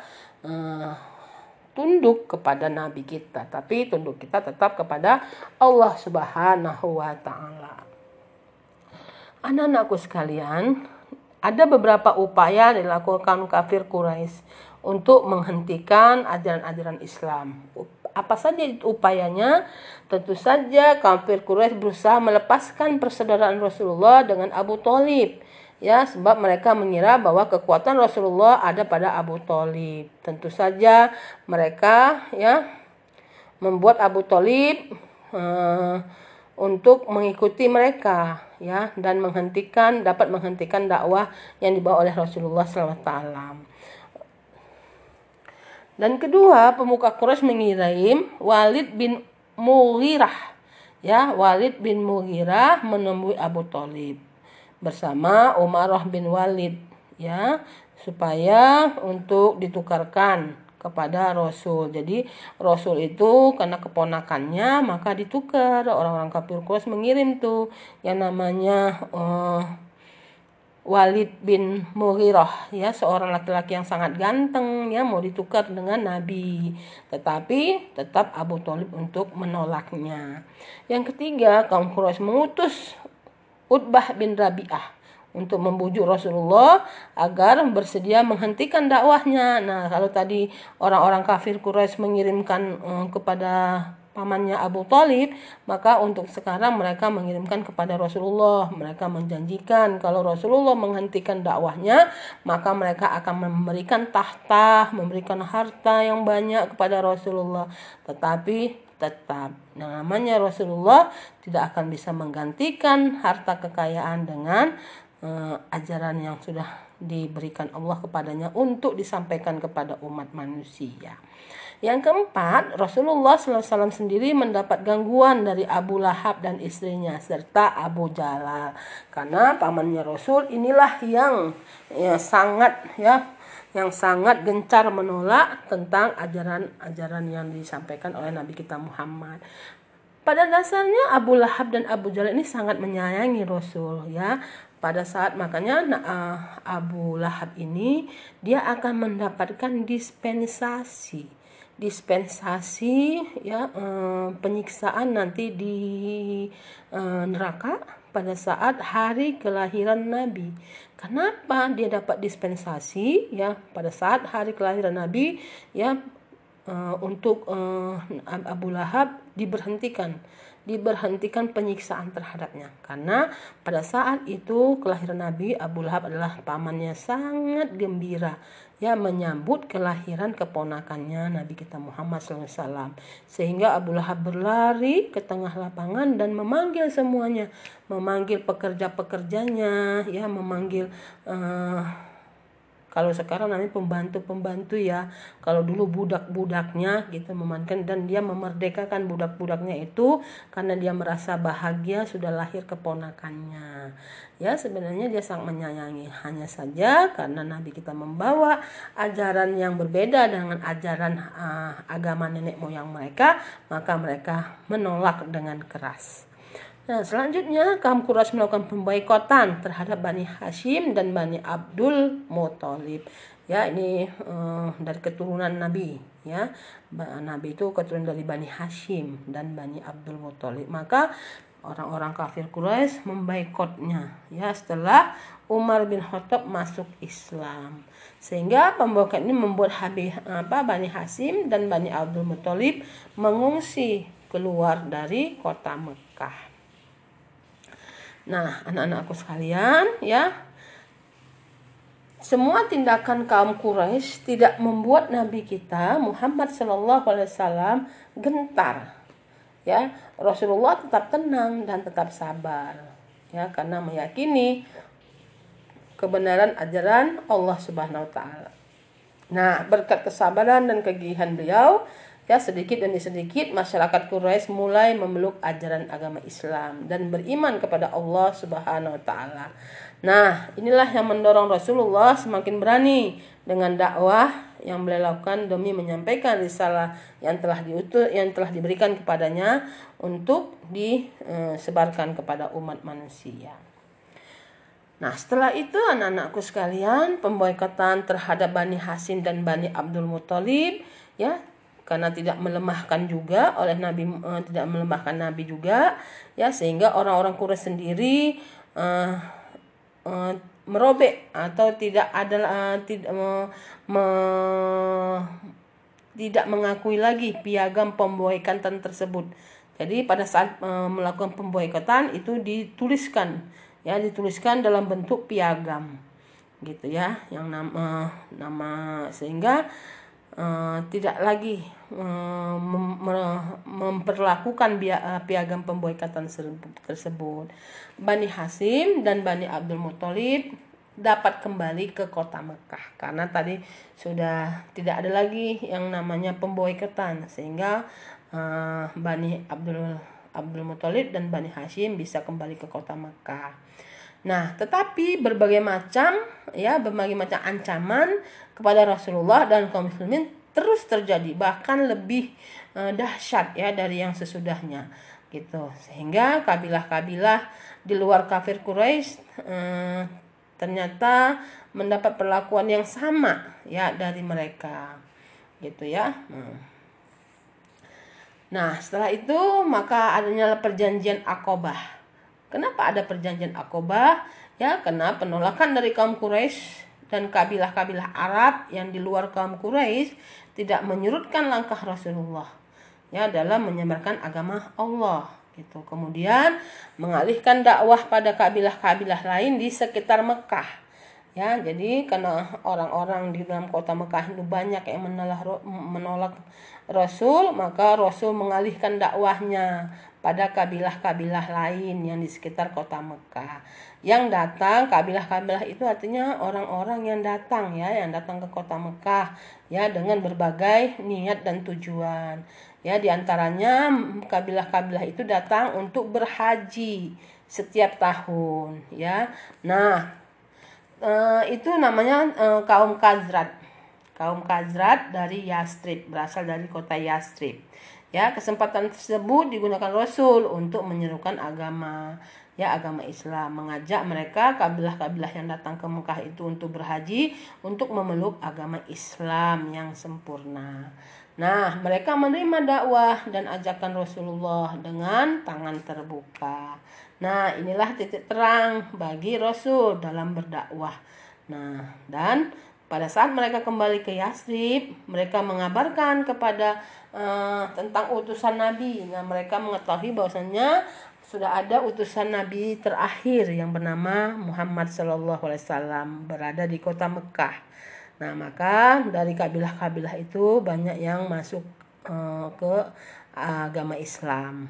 eh, tunduk kepada Nabi kita, tapi tunduk kita tetap kepada Allah Subhanahu wa taala. Anak-anakku sekalian, ada beberapa upaya dilakukan kafir Quraisy untuk menghentikan ajaran-ajaran Islam. Apa saja itu upayanya? Tentu saja kafir Quraisy berusaha melepaskan persaudaraan Rasulullah dengan Abu Thalib. Ya, sebab mereka mengira bahwa kekuatan Rasulullah ada pada Abu Thalib. Tentu saja mereka ya membuat Abu Thalib uh, untuk mengikuti mereka ya dan menghentikan dapat menghentikan dakwah yang dibawa oleh Rasulullah shallallahu alaihi wasallam. Dan kedua, pemuka Quraisy mengirim Walid bin Mughirah ya Walid bin Mughirah menemui Abu Thalib bersama Umarah bin Walid, ya, supaya untuk ditukarkan kepada Rasul. Jadi Rasul itu karena keponakannya maka ditukar. Orang-orang kafir Quraisy mengirim tuh yang namanya uh, Walid bin Mughirah, ya, seorang laki-laki yang sangat ganteng, ya, mau ditukar dengan Nabi. Tetapi tetap Abu Thalib untuk menolaknya. Yang ketiga, kaum Quraisy mengutus Utbah bin Rabi'ah untuk membujuk Rasulullah agar bersedia menghentikan dakwahnya. Nah, kalau tadi orang-orang kafir Quraisy mengirimkan um, kepada pamannya Abu Thalib, maka untuk sekarang mereka mengirimkan kepada Rasulullah. Mereka menjanjikan kalau Rasulullah menghentikan dakwahnya, maka mereka akan memberikan tahta, memberikan harta yang banyak kepada Rasulullah. Tetapi tetap yang namanya Rasulullah tidak akan bisa menggantikan harta kekayaan dengan uh, ajaran yang sudah diberikan Allah kepadanya untuk disampaikan kepada umat manusia. Yang keempat, Rasulullah shallallahu alaihi wasallam sendiri mendapat gangguan dari Abu Lahab dan istrinya serta Abu Jalal, karena pamannya Rasul inilah yang ya, sangat ya yang sangat gencar menolak tentang ajaran-ajaran yang disampaikan oleh Nabi kita Muhammad. Pada dasarnya Abu Lahab dan Abu Jalal ini sangat menyayangi Rasul, ya. Pada saat makanya uh, Abu Lahab ini dia akan mendapatkan dispensasi, dispensasi ya uh, penyiksaan nanti di uh, neraka pada saat hari kelahiran Nabi. Kenapa dia dapat dispensasi ya pada saat hari kelahiran Nabi ya uh, untuk uh, Abu Lahab diberhentikan diberhentikan penyiksaan terhadapnya, karena pada saat itu kelahiran Nabi, Abu Lahab adalah pamannya sangat gembira ya menyambut kelahiran keponakannya Nabi kita Muhammad shallallahu alaihi wasallam, sehingga Abu Lahab berlari ke tengah lapangan dan memanggil semuanya, memanggil pekerja-pekerjanya, ya memanggil uh, kalau sekarang namanya pembantu-pembantu ya, kalau dulu budak-budaknya gitu memankan, dan dia memerdekakan budak-budaknya itu karena dia merasa bahagia sudah lahir keponakannya. Ya, sebenarnya dia sangat menyayangi, hanya saja karena Nabi kita membawa ajaran yang berbeda dengan ajaran uh, agama nenek moyang mereka, maka mereka menolak dengan keras. Nah, selanjutnya kaum Quraisy melakukan pemboikotan terhadap Bani Hashim dan Bani Abdul Muthalib. Ya, ini uh, dari keturunan Nabi, ya. Nabi itu keturunan dari Bani Hashim dan Bani Abdul Muthalib. Maka orang-orang kafir Quraisy memboikotnya ya setelah Umar bin Khattab masuk Islam. Sehingga pemboikot ini membuat Habib apa Bani Hashim dan Bani Abdul Muthalib mengungsi keluar dari kota Mekah. Nah, anak-anakku sekalian, ya, semua tindakan kaum Quraisy tidak membuat Nabi kita Muhammad shallallahu alaihi wasallam gentar. Ya, Rasulullah tetap tenang dan tetap sabar, ya, karena meyakini kebenaran ajaran Allah Subhanahu wa taala. Nah, berkat kesabaran dan kegigihan beliau, ya, sedikit demi sedikit masyarakat Quraisy mulai memeluk ajaran agama Islam dan beriman kepada Allah Subhanahu wa taala. Nah, inilah yang mendorong Rasulullah semakin berani dengan dakwah yang beliau lakukan demi menyampaikan risalah yang telah diutus yang telah diberikan kepadanya untuk disebarkan kepada umat manusia. Nah, setelah itu anak-anakku sekalian, pemboikotan terhadap Bani Hashim dan Bani Abdul Muthalib, ya, karena tidak melemahkan juga oleh Nabi uh, tidak melemahkan Nabi juga, ya, sehingga orang-orang Quraisy sendiri uh, uh, merobek atau tidak ada uh, tidak uh, me, tidak mengakui lagi piagam pemboikotan tersebut. Jadi pada saat uh, melakukan pemboikotan itu dituliskan ya dituliskan dalam bentuk piagam gitu ya, yang nama nama sehingga Uh, tidak lagi uh, mem- memperlakukan bia- piagam pemboikotan tersebut. Bani Hashim dan Bani Abdul Muthalib dapat kembali ke kota Mekah karena tadi sudah tidak ada lagi yang namanya pemboikotan, sehingga uh, Bani Abdul Abdul Muthalib dan Bani Hashim bisa kembali ke kota Mekah. Nah, tetapi berbagai macam ya berbagai macam ancaman kepada Rasulullah dan kaum muslimin terus terjadi, bahkan lebih uh, dahsyat ya dari yang sesudahnya gitu. Sehingga kabilah-kabilah di luar kafir Quraisy uh, ternyata mendapat perlakuan yang sama ya dari mereka gitu ya. Nah, setelah itu maka adanya perjanjian Aqabah. Kenapa ada perjanjian Aqabah? Ya, karena penolakan dari kaum Quraisy dan kabilah-kabilah Arab yang di luar kaum Quraisy tidak menyurutkan langkah Rasulullah ya dalam menyebarkan agama Allah gitu. Kemudian mengalihkan dakwah pada kabilah-kabilah lain di sekitar Mekah. Ya, jadi karena orang-orang di dalam kota Mekah itu banyak yang menolak menolak Rasul, maka Rasul mengalihkan dakwahnya pada kabilah-kabilah lain yang di sekitar kota Mekah. Yang datang, kabilah-kabilah itu artinya orang-orang yang datang ya, yang datang ke kota Mekah ya dengan berbagai niat dan tujuan. Ya, di antaranya kabilah-kabilah itu datang untuk berhaji setiap tahun ya. Nah, Uh, itu namanya uh, kaum Khazraj. Kaum Khazraj dari Yastrib, berasal dari kota Yastrib. Ya, kesempatan tersebut digunakan Rasul untuk menyerukan agama, ya agama Islam, mengajak mereka kabilah-kabilah yang datang ke Mekah itu untuk berhaji, untuk memeluk agama Islam yang sempurna. Nah, mereka menerima dakwah dan ajakan Rasulullah dengan tangan terbuka. Nah, inilah titik terang bagi Rasul dalam berdakwah. Nah, dan pada saat mereka kembali ke Yastrib, mereka mengabarkan kepada uh, tentang utusan Nabi. Nah, mereka mengetahui bahwasannya sudah ada utusan Nabi terakhir yang bernama Muhammad Shallallahu Alaihi Wasallam berada di kota Mekah. Nah, maka dari kabilah-kabilah itu banyak yang masuk uh, ke agama Islam.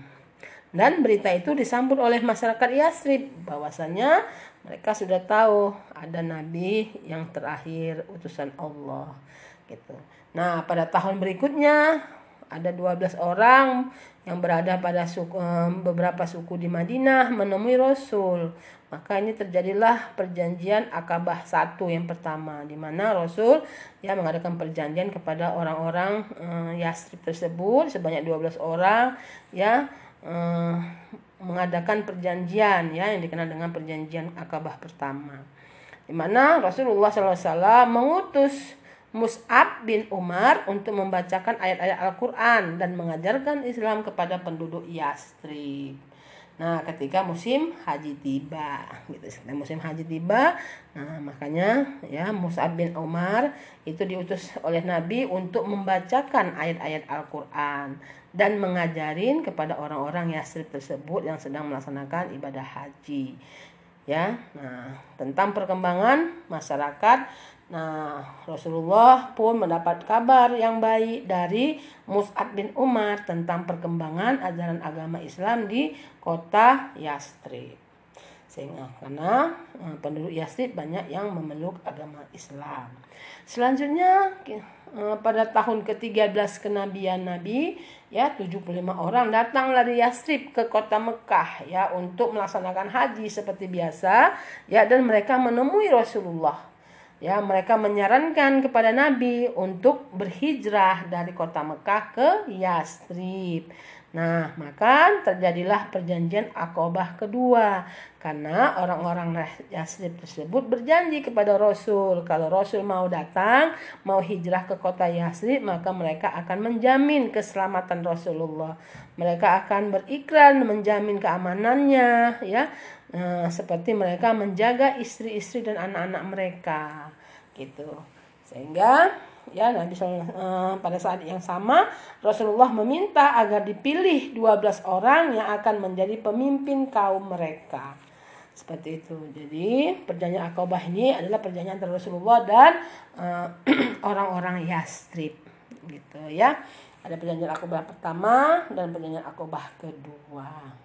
Dan berita itu disambut oleh masyarakat Yastrib bahwasannya mereka sudah tahu ada nabi yang terakhir utusan Allah gitu. Nah, pada tahun berikutnya ada dua belas orang yang berada pada suku, beberapa suku di Madinah menemui Rasul. Maka ini terjadilah perjanjian Aqabah satu yang pertama, di mana Rasul ya mengadakan perjanjian kepada orang-orang eh, Yastrib tersebut sebanyak dua belas orang ya. Uh, mengadakan perjanjian ya yang dikenal dengan perjanjian Aqabah pertama, di mana Rasulullah shallallahu alaihi wasallam mengutus Mus'ab bin Umar untuk membacakan ayat-ayat Al-Quran dan mengajarkan Islam kepada penduduk Yastrib. Nah, ketika musim haji tiba, gitu. Ketika musim haji tiba, nah makanya ya Mus'ab bin Umar itu diutus oleh Nabi untuk membacakan ayat-ayat Al-Quran dan mengajarin kepada orang-orang Yastrib tersebut yang sedang melaksanakan ibadah haji. Ya, nah tentang perkembangan masyarakat. Nah, Rasulullah pun mendapat kabar yang baik dari Mus'ab bin Umar tentang perkembangan ajaran agama Islam di kota Yastrib. Sehingga karena eh, penduduk Yastrib banyak yang memeluk agama Islam. Selanjutnya eh, pada tahun ketiga belas kenabian Nabi, ya tujuh puluh lima orang datang dari Yastrib ke kota Mekah ya untuk melaksanakan haji seperti biasa ya, dan mereka menemui Rasulullah. Ya, mereka menyarankan kepada Nabi untuk berhijrah dari kota Mekah ke Yastrib. Nah, maka terjadilah perjanjian Aqabah kedua. Karena orang-orang Yastrib tersebut berjanji kepada Rasul. Kalau Rasul mau datang, mau hijrah ke kota Yastrib, maka mereka akan menjamin keselamatan Rasulullah. Mereka akan berikrar menjamin keamanannya, ya. Nah, seperti mereka menjaga istri-istri dan anak-anak mereka gitu. Sehingga ya Nabi uh, pada saat yang sama Rasulullah meminta agar dipilih dua belas orang yang akan menjadi pemimpin kaum mereka. Seperti itu. Jadi perjanjian Aqabah ini adalah perjanjian antara Rasulullah dan uh, orang-orang Yastrib gitu ya. Ada perjanjian Aqabah pertama dan perjanjian Aqabah kedua.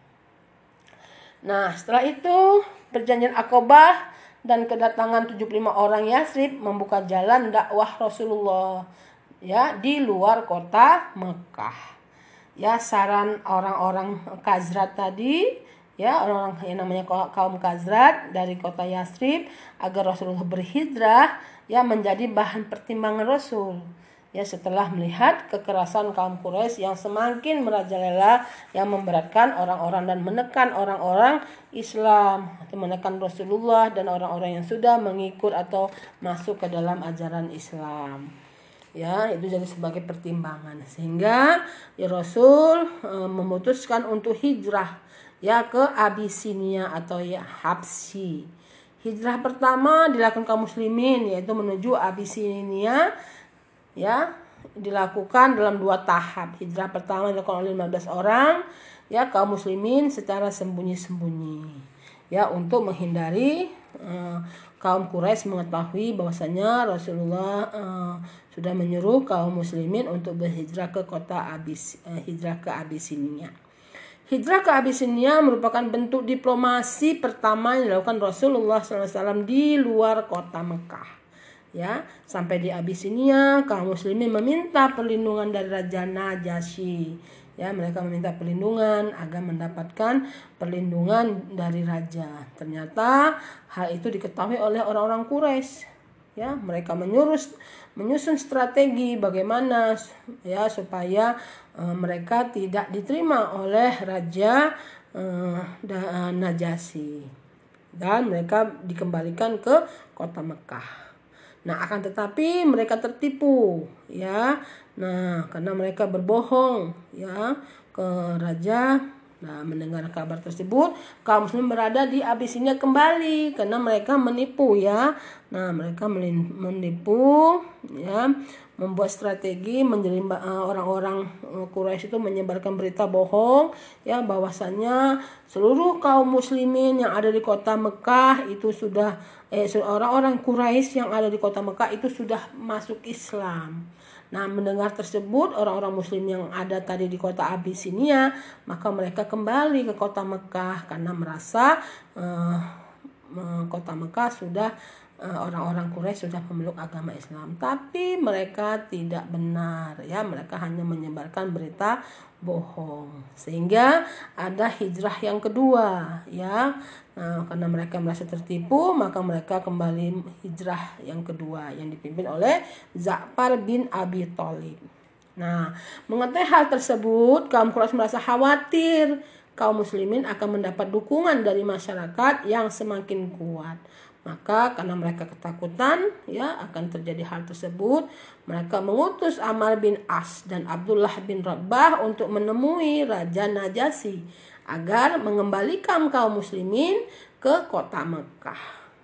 Nah, setelah itu perjanjian Aqabah dan kedatangan tujuh puluh lima orang Yastrib membuka jalan dakwah Rasulullah ya di luar kota Mekah. ya saran orang-orang Khazraj tadi, ya orang-orang yang namanya kaum Khazraj dari kota Yathrib agar Rasulullah berhijrah ya menjadi bahan pertimbangan Rasul. Ya setelah melihat kekerasan kaum Quraisy yang semakin merajalela yang memberatkan orang-orang dan menekan orang-orang Islam, atau menekan Rasulullah dan orang-orang yang sudah mengikut atau masuk ke dalam ajaran Islam. Ya, itu jadi sebagai pertimbangan sehingga ya Rasul e, memutuskan untuk hijrah ya ke Abisinia atau ya Habsyi. Hijrah pertama dilakukan kaum muslimin yaitu menuju Abisinia ya dilakukan dalam dua tahap. Hijrah pertama dilakukan oleh lima belas orang ya kaum muslimin secara sembunyi-sembunyi ya untuk menghindari uh, kaum Quraisy mengetahui bahwasanya Rasulullah uh, sudah menyuruh kaum muslimin untuk berhijrah ke kota Abis uh, hijrah ke Abisinia. Hijrah ke Abisinia merupakan bentuk diplomasi pertama yang dilakukan Rasulullah shallallahu alaihi wasallam di luar kota Mekah. Ya, sampai di Abisinia kaum muslimin meminta perlindungan dari Raja Najasyi. Ya, mereka meminta perlindungan agar mendapatkan perlindungan dari raja. Ternyata hal itu diketahui oleh orang-orang Quraisy. Ya, mereka menyuruh menyusun strategi bagaimana ya supaya e, mereka tidak diterima oleh Raja e, Najasyi dan mereka dikembalikan ke kota Mekah. Nah, akan tetapi mereka tertipu ya. Nah, karena mereka berbohong ya ke raja. Nah, mendengar kabar tersebut, kaum muslim berada di Abisinia kembali karena mereka menipu ya. Nah, mereka menipu ya, membuat strategi menjadi orang-orang Quraisy itu menyebarkan berita bohong ya bahwasanya seluruh kaum muslimin yang ada di kota Mekah itu sudah eh orang-orang Quraisy yang ada di kota Mekah itu sudah masuk Islam. Nah, mendengar tersebut orang-orang muslim yang ada tadi di kota Abisinia, maka mereka kembali ke kota Mekah karena merasa uh, kota Mekah sudah uh, orang-orang Quraisy sudah memeluk agama Islam. Tapi mereka tidak benar ya, mereka hanya menyebarkan berita bohong. Sehingga ada hijrah yang kedua ya. Nah, karena mereka merasa tertipu, maka mereka kembali hijrah yang kedua yang dipimpin oleh Ja'far bin Abi Thalib. Nah, mengetahui hal tersebut, kaum Quraisy merasa khawatir kaum muslimin akan mendapat dukungan dari masyarakat yang semakin kuat. Maka karena mereka ketakutan ya akan terjadi hal tersebut, mereka mengutus Amr bin As dan Abdullah bin Rabah untuk menemui Raja Najasyi agar mengembalikan kaum muslimin ke kota Mekah.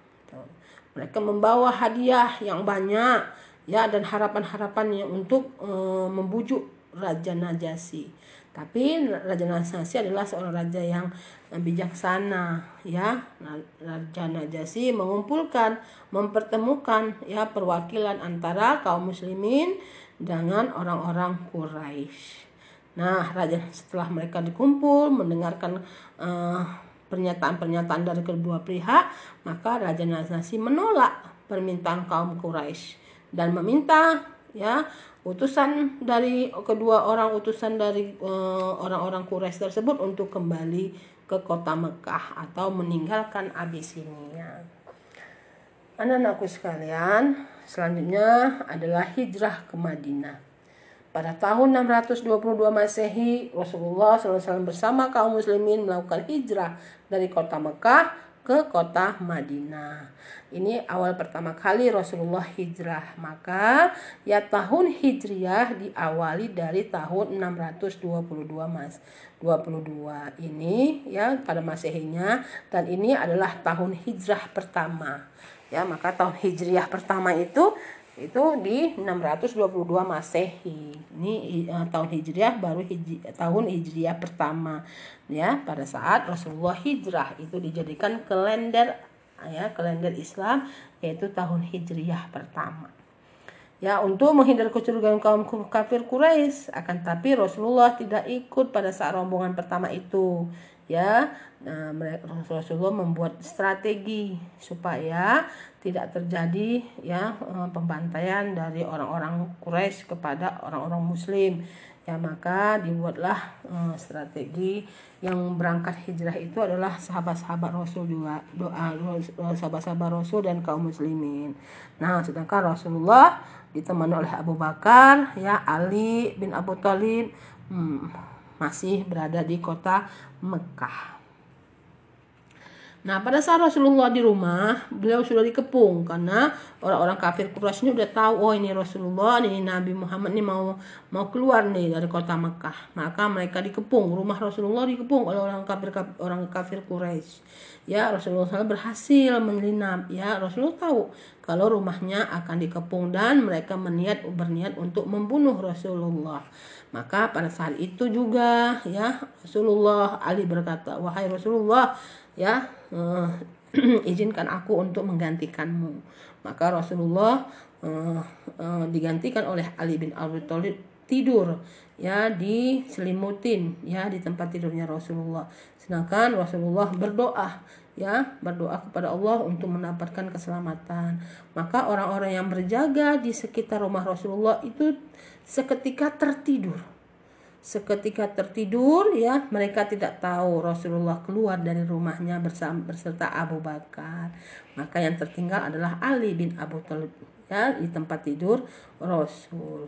Mereka membawa hadiah yang banyak ya dan harapan-harapan yang untuk e, membujuk Raja Najasyi. Tapi Raja Najasyi adalah seorang raja yang bijaksana ya. Raja Najasyi mengumpulkan, mempertemukan ya perwakilan antara kaum muslimin dengan orang-orang Quraisy. Nah, raja setelah mereka dikumpul mendengarkan uh, pernyataan-pernyataan dari kedua pihak, maka Raja Najasyi menolak permintaan kaum Quraisy dan meminta ya utusan dari kedua orang utusan dari uh, orang-orang Quraisy tersebut untuk kembali ke kota Mekah atau meninggalkan Abisinia. Anak-anakku sekalian, selanjutnya adalah hijrah ke Madinah. Pada tahun enam ratus dua puluh dua Masehi, Rasulullah shallallahu alaihi wasallam bersama kaum muslimin melakukan hijrah dari kota Mekah ke kota Madinah. Ini awal pertama kali Rasulullah hijrah. Maka ya tahun Hijriah diawali dari tahun enam ratus dua puluh dua Mas. dua puluh dua ini ya pada Masehinya, dan ini adalah tahun hijrah pertama. Ya, maka tahun Hijriah pertama itu itu di enam ratus dua puluh dua Masehi. Ini uh, tahun Hijriah baru hijri, tahun Hijriah pertama ya, pada saat Rasulullah hijrah itu dijadikan kalender ya, kalender Islam yaitu tahun Hijriah pertama. Ya, untuk menghindar kecurigaan kaum kafir Quraisy, akan tapi Rasulullah tidak ikut pada saat rombongan pertama itu. ya. Nah, mereka Rasulullah membuat strategi supaya tidak terjadi ya pembantaian dari orang-orang Quraisy kepada orang-orang Muslim. Ya, maka dibuatlah uh, strategi. Yang berangkat hijrah itu adalah sahabat-sahabat Rasul juga, doa sahabat-sahabat Rasul dan kaum muslimin. Nah, sedangkan Rasulullah ditemani oleh Abu Bakar, ya, Ali bin Abu Thalib hmm, masih berada di kota Mekah. Nah, pada saat Rasulullah di rumah, beliau sudah dikepung karena orang-orang kafir Quraisy ini udah tahu, oh ini Rasulullah, ini Nabi Muhammad ini mau mau keluar nih dari kota Mekah. Maka mereka dikepung, rumah Rasulullah dikepung oleh orang kafir orang kafir Quraisy. Ya, Rasulullah berhasil menyelinap. Ya, Rasulullah tahu kalau rumahnya akan dikepung dan mereka berniat berniat untuk membunuh Rasulullah. Maka pada saat itu juga ya Rasulullah Ali berkata, wahai Rasulullah, ya uh, izinkan aku untuk menggantikanmu. Maka Rasulullah uh, uh, digantikan oleh Ali bin Abi Thalib tidur ya diselimutin ya di tempat tidurnya Rasulullah. Sedangkan Rasulullah berdoa ya berdoa kepada Allah untuk mendapatkan keselamatan. Maka orang-orang yang berjaga di sekitar rumah Rasulullah itu seketika tertidur. Seketika tertidur ya, mereka tidak tahu Rasulullah keluar dari rumahnya bersama berserta Abu Bakar. Maka yang tertinggal adalah Ali bin Abu Thalib ya di tempat tidur Rasul.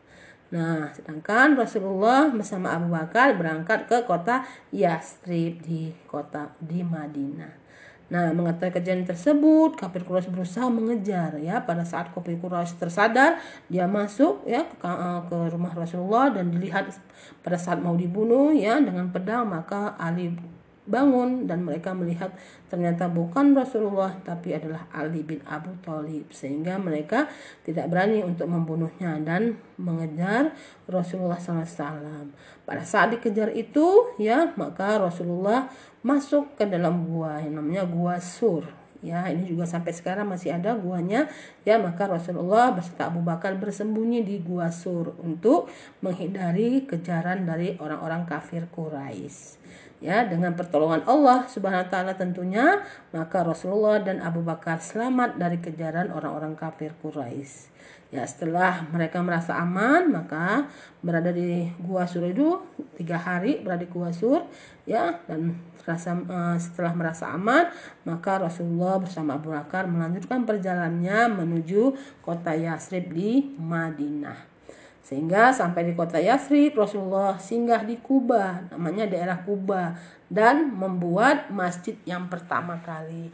Nah, sedangkan Rasulullah bersama Abu Bakar berangkat ke kota Yathrib di kota di Madinah. Nah, mengetahui kejadian tersebut, kafir Quraisy berusaha mengejar ya. Pada saat kafir Quraisy tersadar, dia masuk ya ke, ke rumah Rasulullah dan dilihat pada saat mau dibunuh ya dengan pedang, maka Ali bangun dan mereka melihat ternyata bukan Rasulullah tapi adalah Ali bin Abu Thalib, sehingga mereka tidak berani untuk membunuhnya dan mengejar Rasulullah shallallahu alaihi wasallam. Pada saat dikejar itu ya, maka Rasulullah masuk ke dalam gua yang namanya Gua Sur. Ya, ini juga sampai sekarang masih ada guanya. Ya, maka Rasulullah beserta Abu Bakar bersembunyi di Gua Sur untuk menghindari kejaran dari orang-orang kafir Quraisy. Ya, dengan pertolongan Allah Subhanahu wa taala tentunya, maka Rasulullah dan Abu Bakar selamat dari kejaran orang-orang kafir Quraisy. Ya, setelah mereka merasa aman, maka berada di Gua Sur itu tiga hari berada di Gua Sur, ya, dan rasa, uh, setelah merasa aman, maka Rasulullah bersama Abu Bakar melanjutkan perjalanannya menuju kota Yathrib di Madinah. Sehingga sampai di kota Yathrib, Rasulullah singgah di Kuba, namanya daerah Kuba, dan membuat masjid yang pertama kali.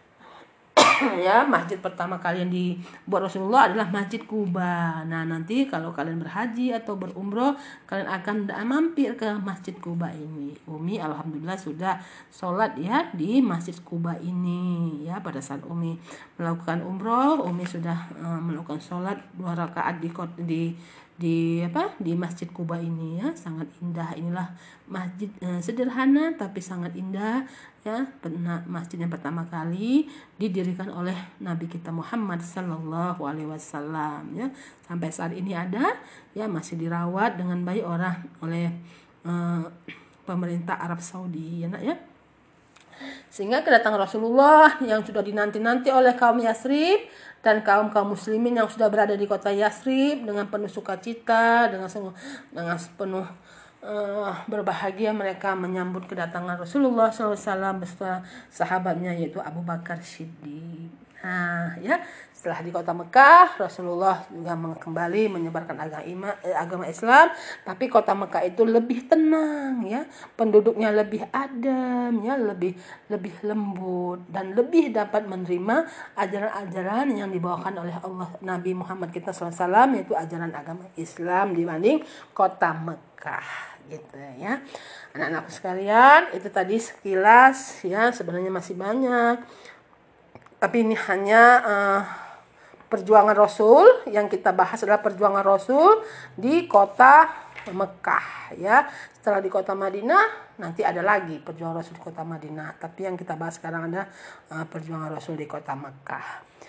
Ya, masjid pertama kali yang dibuat Rasulullah adalah Masjid Kuba. Nah, nanti kalau kalian berhaji atau berumroh, kalian akan mampir ke Masjid Kuba ini. Umi alhamdulillah sudah sholat ya di Masjid Kuba ini. Ya, pada saat Umi melakukan umroh, Umi sudah uh, melakukan sholat dua rakaat di di di apa di Masjid Kuba ini ya, sangat indah. Inilah masjid eh, sederhana tapi sangat indah ya, pernah masjid yang pertama kali didirikan oleh Nabi kita Muhammad sallallahu alaihi wasallam ya, sampai saat ini ada ya, masih dirawat dengan baik orang oleh eh, pemerintah Arab Saudi ya nak ya. Sehingga kedatangan Rasulullah yang sudah dinanti-nanti oleh kaum Yathrib dan kaum-kaum muslimin yang sudah berada di kota Yathrib dengan penuh sukacita, dengan dengan penuh uh, berbahagia mereka menyambut kedatangan Rasulullah shallallahu alaihi wasallam beserta sahabatnya yaitu Abu Bakar Siddiq. Nah, ya, setelah di kota Mekah, Rasulullah juga kembali menyebarkan agama, eh, agama Islam, tapi kota Mekah itu lebih tenang ya, penduduknya lebih adem ya, lebih lebih lembut dan lebih dapat menerima ajaran-ajaran yang dibawakan oleh Allah Nabi Muhammad kita shallallahu alaihi wasallam, yaitu ajaran agama Islam dibanding kota Mekah gitu ya. Anak-anakku sekalian, itu tadi sekilas ya, sebenarnya masih banyak. Tapi ini hanya uh, perjuangan Rasul, yang kita bahas adalah perjuangan Rasul di kota Mekah ya. Setelah di kota Madinah nanti ada lagi perjuangan Rasul di kota Madinah. Tapi yang kita bahas sekarang adalah uh, perjuangan Rasul di kota Mekah.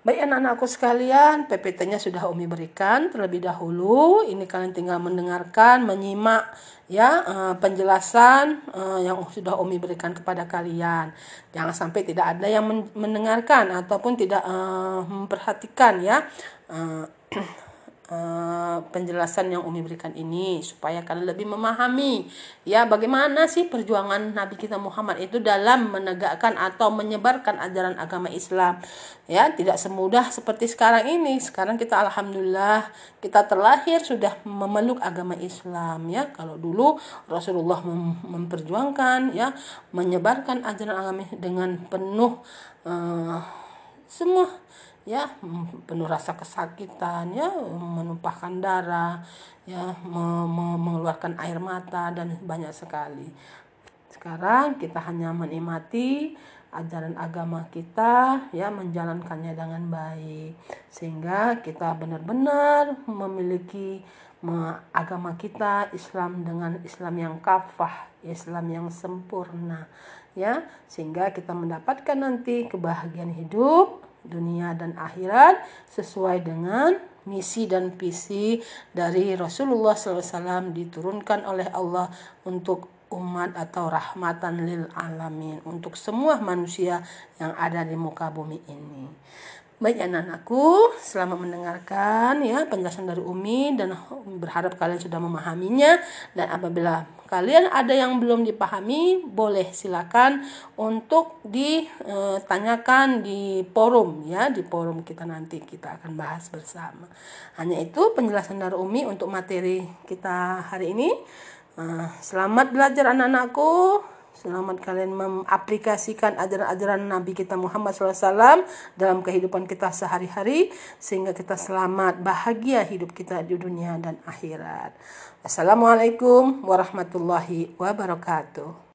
Baik anak-anakku sekalian, P P T-nya sudah Umi berikan terlebih dahulu. Ini kalian tinggal mendengarkan, menyimak ya uh, penjelasan uh, yang sudah Umi berikan kepada kalian. Jangan sampai tidak ada yang mendengarkan ataupun tidak uh, memperhatikan ya uh, Uh, penjelasan yang Umi berikan ini, supaya kalian lebih memahami ya bagaimana sih perjuangan Nabi kita Muhammad itu dalam menegakkan atau menyebarkan ajaran agama Islam. Ya, tidak semudah seperti sekarang ini. Sekarang kita alhamdulillah kita terlahir sudah memeluk agama Islam ya. Kalau dulu Rasulullah mem- memperjuangkan ya menyebarkan ajaran agama dengan penuh uh, semua ya penuh rasa kesakitan ya, menumpahkan darah ya, me- me- mengeluarkan air mata dan banyak sekali. Sekarang kita hanya menikmati ajaran agama kita ya, menjalankannya dengan baik sehingga kita benar-benar memiliki me- agama kita Islam dengan Islam yang kafah, Islam yang sempurna ya, sehingga kita mendapatkan nanti kebahagiaan hidup dunia dan akhirat sesuai dengan misi dan visi dari Rasulullah shallallahu alaihi wasallam diturunkan oleh Allah untuk umat atau rahmatan lil alamin, untuk semua manusia yang ada di muka bumi ini. Baik anak-anakku, selamat mendengarkan ya penjelasan dari Umi, dan berharap kalian sudah memahaminya. Dan apabila kalian ada yang belum dipahami, boleh silakan untuk ditanyakan di forum ya, di forum kita nanti kita akan bahas bersama. Hanya itu penjelasan dari Umi untuk materi kita hari ini. Selamat belajar anak-anakku. Selamat kalian mengaplikasikan ajaran-ajaran Nabi kita Muhammad shallallahu alaihi wasallam dalam kehidupan kita sehari-hari, sehingga kita selamat, bahagia hidup kita di dunia dan akhirat. Assalamualaikum warahmatullahi wabarakatuh.